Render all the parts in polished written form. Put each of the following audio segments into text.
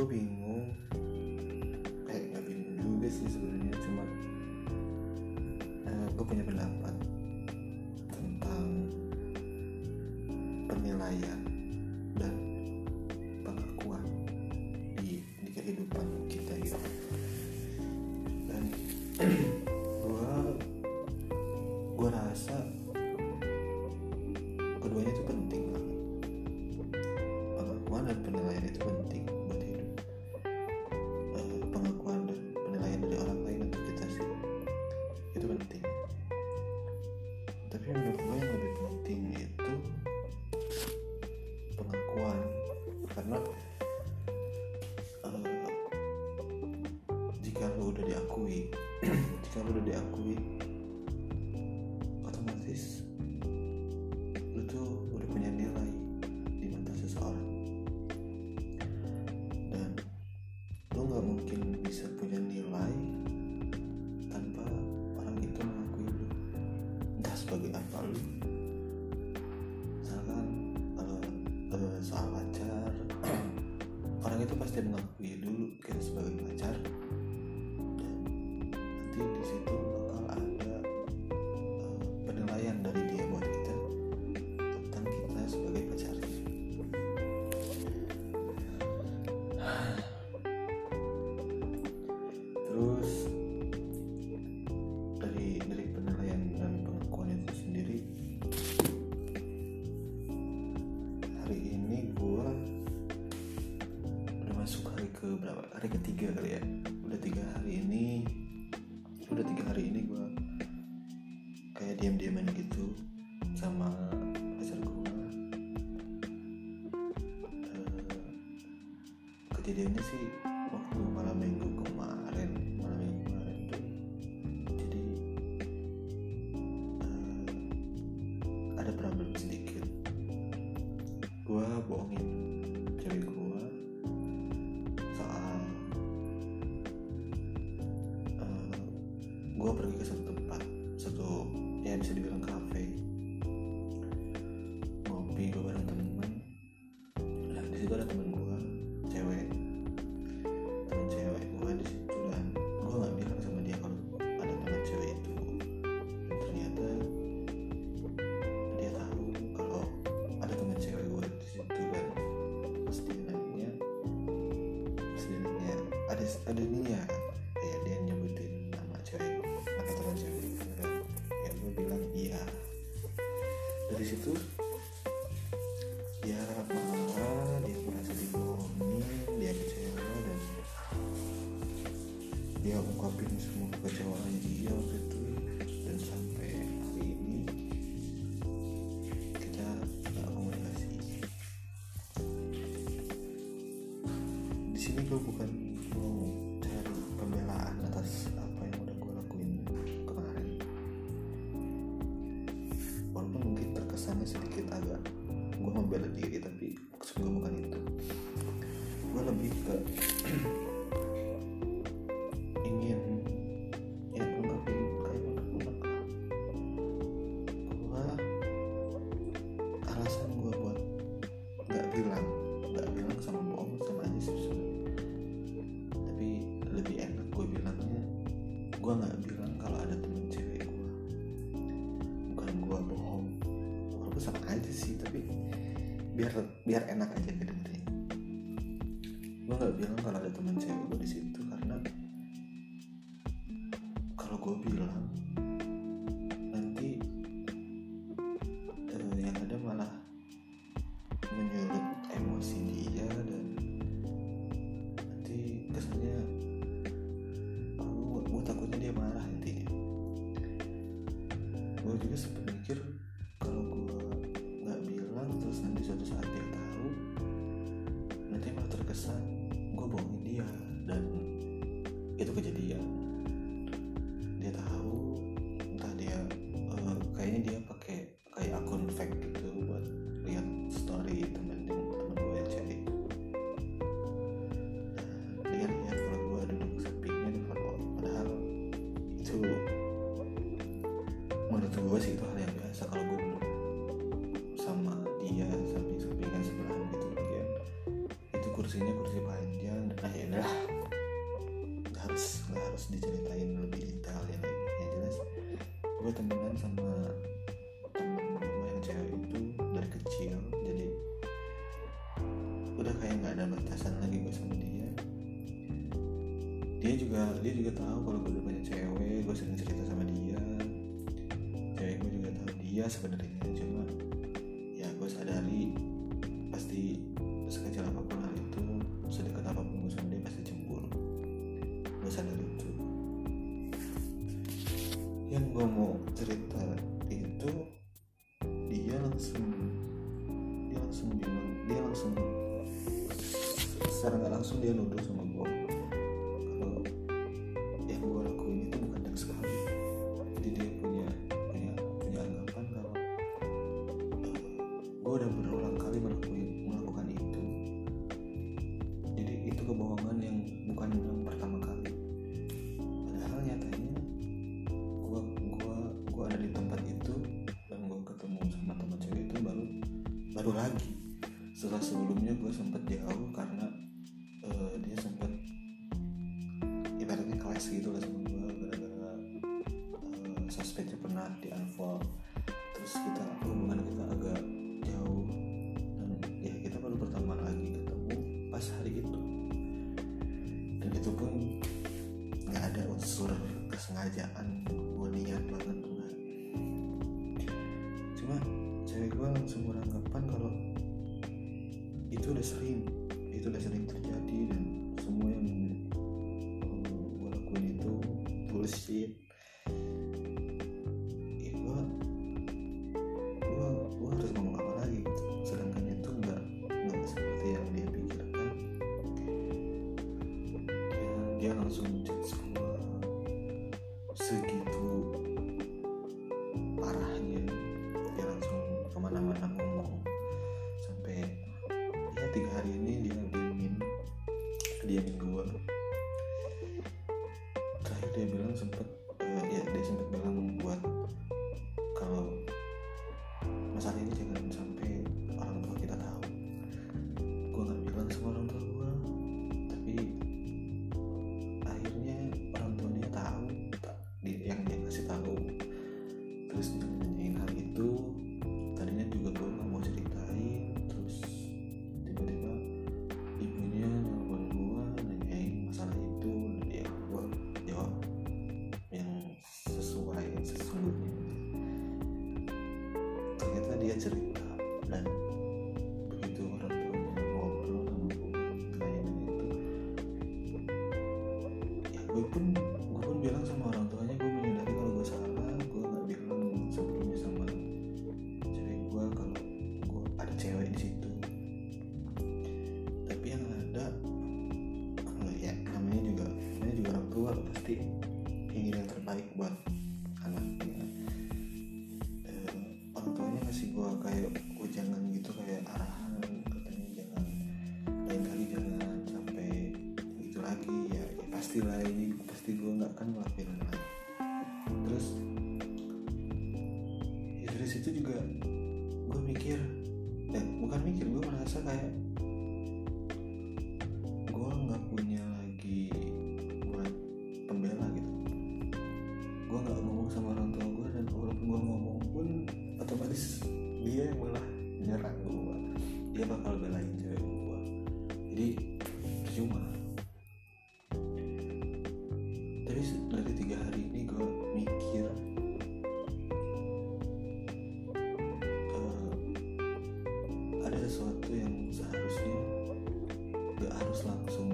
gue bingung, nggak bingung juga sih sebenarnya, cuma gue punya pendapat tentang penilaian dan pengakuan di kehidupan kita gitu. Dan gue rasa keduanya itu penting banget. Pengakuan dan penilaian itu penting buat hidup. Pengakuan dan penilaian dari orang lain untuk kita sih itu penting. Tapi menurut gue yang lebih penting itu pengakuan, karena jika lo udah diakui otomatis lo tuh udah punya nilai di mata seseorang, dan lo nggak mungkin bisa punya nilai tanpa orang itu mengakui lo, entah sebagai apa lo. Misalkan soal pacar, orang itu pasti mengakui dulu kita sebagai pacar, dan nanti di situ bakal ada penilaian dari dia buat kita tentang kita sebagai pacarnya. Terus dari penilaian dan pengakuan itu sendiri, hari ini gue udah masuk hari ke berapa? Hari ketiga kali ya. Udah tiga hari ini gue kayak diam-diaman gitu sama pacar gue. Kejadiannya sih waktu malam minggu kemarin tuh. Jadi ada problem sedikit. Gue bohongin cewek gue soal gue pergi ke satu tempat, ya bisa dibilang kafe, ngopi gue bareng temen. Nah di situ ada temen gue cewek gue di situ, dan gue nggak bilang sama dia kalau ada teman cewek itu. Dan ternyata dia tahu kalau ada teman cewek gue di situ, dan pas dia nanya ada nih ya, dia nyebutin nama cewek, nama teman cewek itu, dan ya gue bilang iya. Dari situ dia marah, dia merasa dibohongin, dia kecewa, dan dia ungkapin semua kekecewaannya dia waktu itu. Dan sampai hari ini kita nggak komunikasi. Di sini gue bukan mau cari pembelaan atas apa yang udah gue lakuin kemarin, walaupun mungkin terkesannya sedikit agak gue membela diri, tapi maksud gue bukan itu. Gue lebih ke ingin ya ungkapin kayak unek-unek lah. Gue alasan gue buat nggak bilang sama bohong sama aja sih sebenarnya. Tapi lebih enak gue bilangnya gue nggak bilang kalau ada temen cewek gue, bukan gue bohong. Walaupun sama aja sih, tapi biar enak aja kedengerin. Gue nggak bilang kalau ada temen cewek gue di situ, karena kalau gue bilang nanti yang ada malah menyulut emosi dia, dan nanti kesannya gue takutnya dia marah nantinya. Gue juga sempat mikir kalau gue nggak bilang terus nanti suatu saat dia tahu, nanti malah terkesan gue bohongin dia, dan itu kejadian. Dia tahu, entah dia kayaknya dia pakai kayak akun fake gitu buat lihat story temen gue yang cewek. Dia lihat kalau gue duduk sampingnya di follow, padahal itu menurut gue sih itu hal yang biasa kalau gue duduk sama dia samping-sampingan sebelahan gitu. Lagian itu kursinya kursi panjang dan gue temenan sama temen gue yang cewek itu dari kecil, jadi udah kayak nggak ada batasan lagi gue sama dia. Dia juga tahu kalau gue udah punya cewek, gue sering cerita sama dia. Cewek gue juga tahu dia sebenarnya, cuma ya gue sadari pasti sekecil apapun hal itu, sedekat apapun gue sama dia pasti cemburu. Gue sadar itu. Yang gue mau cerita itu dia langsung secara nggak langsung dia nuduh sama gue kalau yang gue lakuin itu bukan yang sekali. Jadi dia punya anggapan kalau gue udah berulang kali melakukan itu. Jadi itu kebohongan yang bukan yang pertama kali. Padahal nyatanya gue ada di tempat itu dan gue ketemu sama teman cewek itu baru lagi setelah sebelumnya gue sempat jauh karena dia sempat ibaratnya kelas gitu lah sama gue gara-gara sosmednya pernah di unfollow, terus hubungan kita agak jauh dan ya kita baru pertama lagi ketemu pas hari itu, dan itu pun nggak ada unsur kesengajaan, gue niat banget enggak. Cuma cewek gue langsung beranggapan kalau itu udah sering terjadi dan semua yang gue lakuin itu bullshit. Ya gue harus ngomong apa lagi gitu, sedangkan itu nggak seperti yang dia pikirkan. Dia langsung judge gue segitu parahnya. Dia langsung kemana-mana ngomong sampai ya 3 hari ini dia diamin gue. Terakhir dia bilang dia sempat bilang buat kalau masalah ini jangan sampai orang tua kita tahu. Gue nggak bilang sama orang tua gue, tapi akhirnya orang tua dia tahu, yang dia kasih tahu. Terus dia nanyain hal itu, tadinya juga gue nggak mau ceritain, terus tiba-tiba ibunya nelfon gue nanyain masalah itu, dan ya gue jawab yang sesuai yang sesungguhnya. Ternyata dia cerita, dan begitu orang tuanya ngobrol sama gue nanyain itu, ya gue pun bilang sama orang tuanya, gue menyadari kalau gue salah. Gue nggak bilang sebelumnya sama cewek gue kalau gue ada cewek di situ. Tapi yang ada ya namanya juga orang tua pasti ingin yang terbaik buat anaknya. Orang tuanya ngasih gue kayak jangan gitu, kayak arahan, katanya jangan lain kali jangan sampai gitu lagi. Ya pastilah ini pasti gue nggak akan ngelakuin lagi. Terus ya dari situ juga gue gue merasa kayak gue nggak punya lagi buat pembela gitu. Gue nggak ngomong sama orang tua gue, dan walaupun gue ngomong pun otomatis dia yang malah nyerang gue. Dia bakal belain cewek gue, jadi percuma. Tapi dari 3 hari ini gue mikir ada sesuatu yang seharusnya gak harus langsung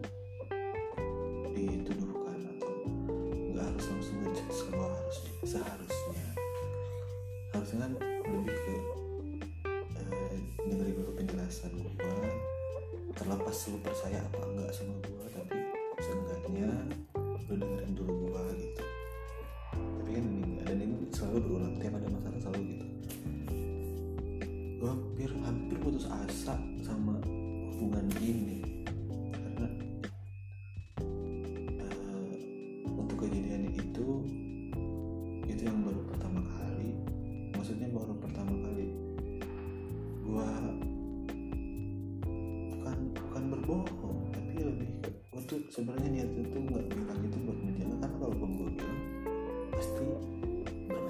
dituduhkan atau gak harus langsung ngejudge gue. Seharusnya kan lebih ke dengerin dulu penjelasan gue, terlepas lu percaya apa enggak sama gue, tapi seenggaknya lu dengerin dulu gue gitu. Tapi kan ini enggak, dan ini selalu berulang, tiap ada masalah selalu gitu. Gue hampir putus asa sama hubungan ini karena untuk kejadian itu yang baru pertama kali. Maksudnya baru pertama kali gue bukan berbohong, tapi lebih ke gue tuh sebenarnya niatnya tuh nggak bilang itu buat menjaga, karena kalau gue bilang pasti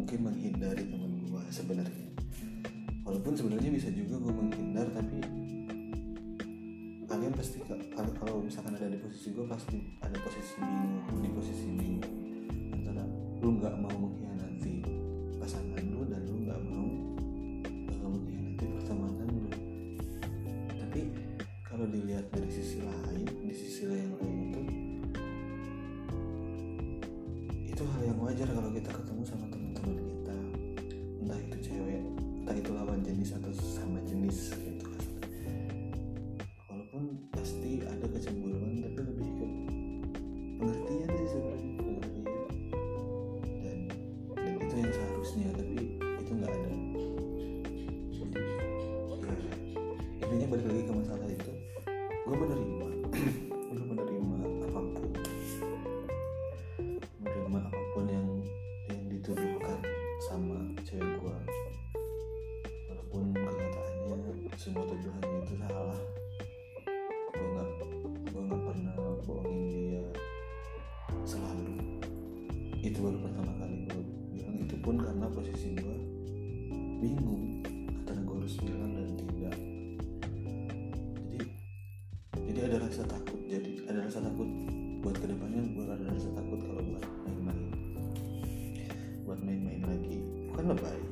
mungkin menghindari teman gue sebenarnya. Walaupun sebenarnya bisa juga gue menghindar, tapi kalian pasti kalau misalkan ada di posisi gue, pasti ada di posisi bingung antara lu nggak mau mengkhianati pasangan lu dan lu nggak mau mengkhianati pertemanan lu. Tapi kalau dilihat dari sisi lain, di sisi yang lain itu hal yang wajar kalau kita ketemu sama teman-teman kita, entah itu cewek, entah itu lawan jenis atau sama jenis gitu. Walaupun pasti ada kecemburuan, tapi lebih ke pengertian sih sebenarnya, pengertian dan itu yang seharusnya, tapi itu nggak ada. Jadi ya intinya balik lagi ke masalah itu, gue menerima apapun yang dituduhkan sama cewek gue, walaupun kenyataannya semua tuduhannya itu salah. Gue nggak pernah bohongin dia selalu. Itu baru pertama kali gue bilang, itu pun karena posisi gue bingung antara gue harus bilang dan tidak. Jadi ada rasa takut. Buat kedepannya gue ada rasa takut kalau buat main-main lagi. Bukan lebay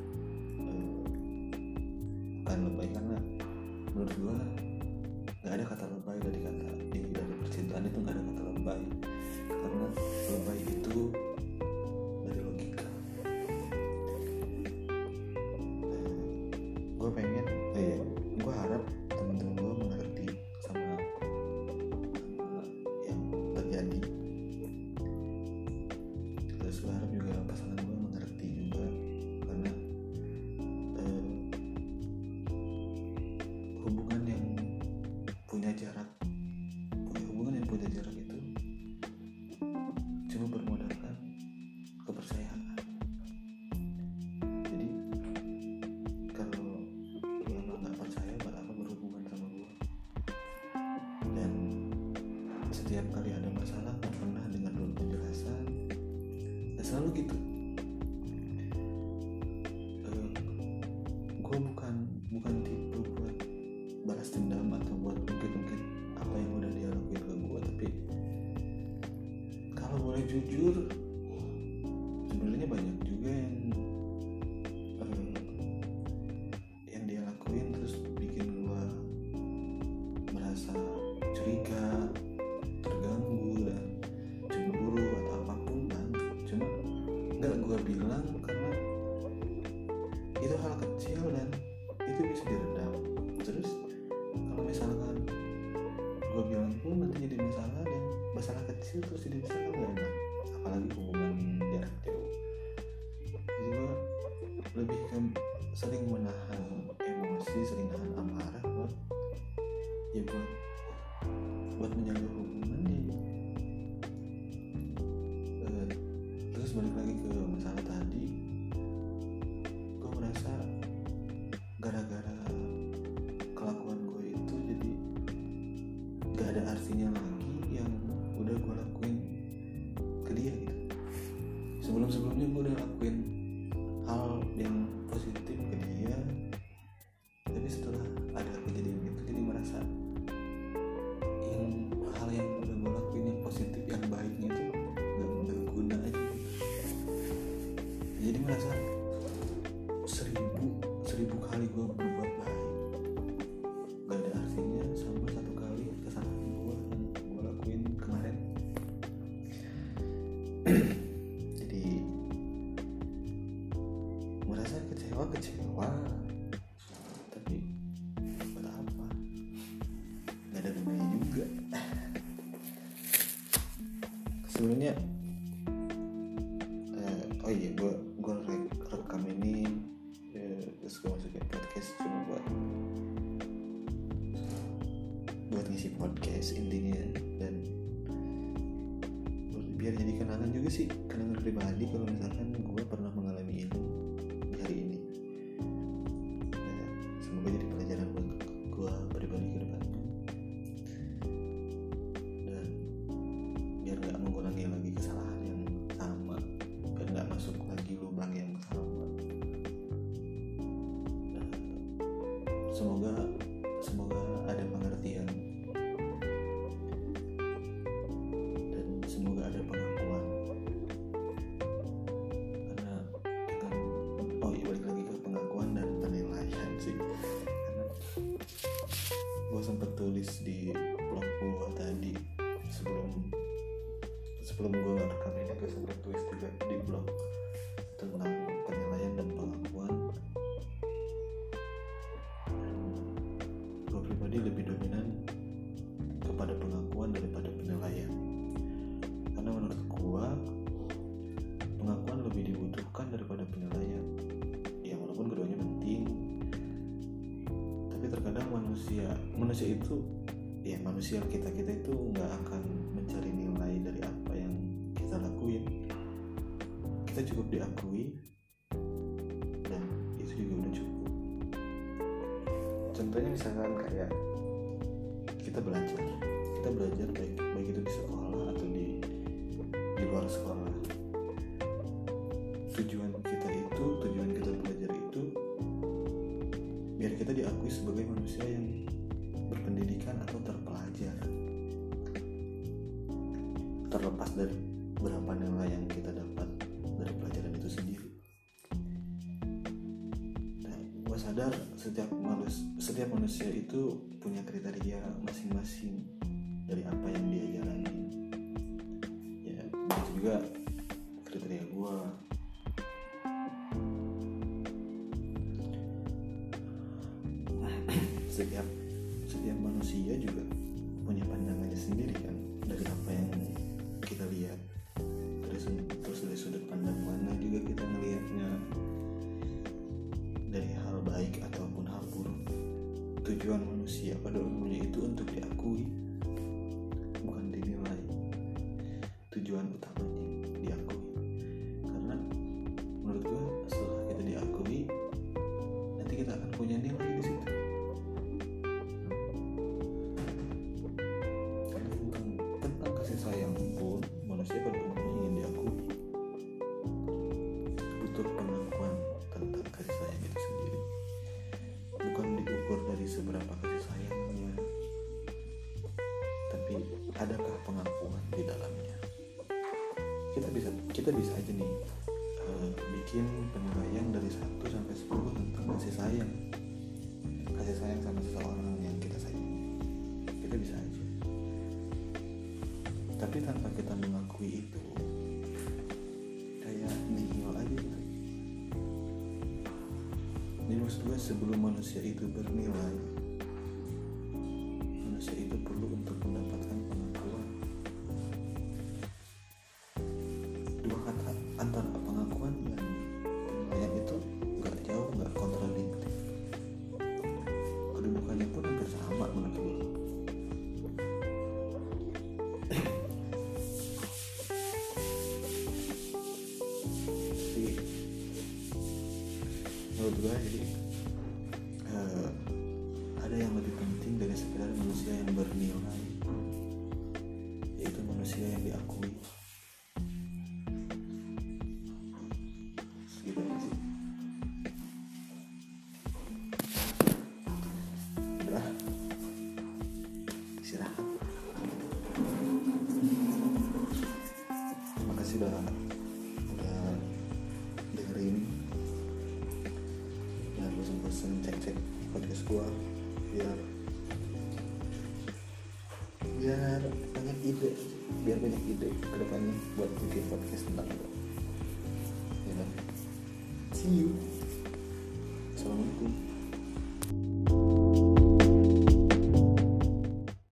karena menurut gue nggak ada kata lebay dari percintaan itu, nggak ada kata lebay, karena lebay itu dari logika. Gue harap teman-teman gue mengerti sama yang terjadi. Terus gue harap juga pasangan gue mengerti juga, karena hubungan yang punya jarak itu cuma bermodalkan kepercayaan. Jadi kalau lu emang nggak percaya, buat apa berhubungan sama gue? Dan setiap kali ada masalah nggak pernah dengar dulu penjelasan, dan selalu gitu. Gue bukan tipe buat balas dendam atau buat ungkit-ungkit apa yang udah dia lakuin ke gue, tapi kalau boleh jujur, sebenarnya banyak juga yang dia lakuin terus bikin gue merasa curiga, terganggu dan cemburu atau apapun kan. Cuma nggak gue bilang karena itu hal kecil dan itu bisa diredam. Terus kalau misalkan gue bilang pun nanti jadi masalah, dan masalah kecil terus jadi besar kan gak enak, apalagi hubungan jarak jauh. Jadi gue lebih ke sering menahan emosi, sering nahan amarah buat menjaga hubungan ya. Terus balik lagi ke masalah tadi, gue merasa gara-gara kelakuan gue itu jadi gak ada artinya lagi yang udah gue lakuin ke dia gitu. Sebelumnya gue udah lakuin hal yang positif ke dia, tapi setelah ada kejadian itu jadi merasa hal yang udah gue lakuin yang positif, yang baiknya itu gak guna aja. Jadi merasa 1000 kali gue berbuat baik gak ada artinya sama satu kali kesalahan gue yang gue lakuin kemarin. Jadi merasa kecewa, tapi buat apa, gak ada gunanya juga. Sebenarnya gue rekam ini terus gue masukin podcast cuma buat ngisi podcast intinya, dan biar jadi kenangan juga sih, kenangan pribadi kalau misalkan gue pernah mengalami ini di hari ini. Semoga jadi pelajaran buat gue pribadi ke depannya, dan biar gak mengulangi lagi kesalahan yang sama, biar gak masuk lagi lubang yang sama. semoga ada pengertian dan semoga ada pengakuan, karena balik lagi ke pengakuan dan penilaian sih, karena gue sempat tulis di blog gue tadi sebelum gue ngerekam ini, gue sempat tulis juga di blog tentang penilaian dan pengakuan. Gue pribadi lebih dominan kepada pengakuan daripada penilaian, karena menurut gue pengakuan lebih dibutuhkan daripada penilaian. Ya walaupun keduanya penting, tapi terkadang manusia itu, ya manusia kita itu nggak akan mencari nilai dari apa yang kita lakuin. Kita cukup diakui dan itu juga udah cukup. Contohnya misalkan kayak kita belajar baik itu di sekolah atau di luar sekolah. Tujuan kita belajar itu biar kita diakui sebagai manusia yang berpendidikan atau terpelajar, terlepas dari berapa nilai yang kita dapat dari pelajaran itu sendiri. Nah, gue sadar setiap manusia itu punya kriteria masing-masing dari apa yang dia jalani. Ya, itu juga kriteria gue. Setiap manusia juga punya pandangannya sendiri kan, dari apa yang kita lihat, terus dari sudut pandang mana juga kita melihatnya, dari hal baik ataupun hal buruk. Tujuan manusia pada umumnya itu untuk diakui, bukan dinilai. Tujuan utamanya diakui, karena menurut gue setelah kita diakui, nanti kita akan punya nilai di situ. Sayang pun manusia pada umumnya ingin diakui, butuh pengakuan tentang kasih sayang itu sendiri, bukan diukur dari seberapa kasih sayangnya, tapi adakah pengakuan di dalamnya. Kita bisa aja nih bikin penilaian dari 1 sampai 10 tentang kasih sayang sama seseorang yang kita sayangi. Kita bisa aja. Tapi tanpa kita mengakui itu, kayak nihil aja gitu. Jadi maksud gue, sebelum manusia itu bernilai, manusia itu perlu untuk mendapatkan pengakuan. Dua kata antara pengakuan dan penilaian itu gak jauh, gak kontradiktif. Kedudukannya pun hampir sama menurut gue. Menurut gue jadi ada yang lebih penting dari sekedar manusia yang bernilai, yaitu manusia yang diakui. Segitu aja sih. Udah istirahat. Makasih udah dengerin. Bosan cek podcast gua biar banyak ide ke depannya buat bikin podcast tentang itu. Ya, see you.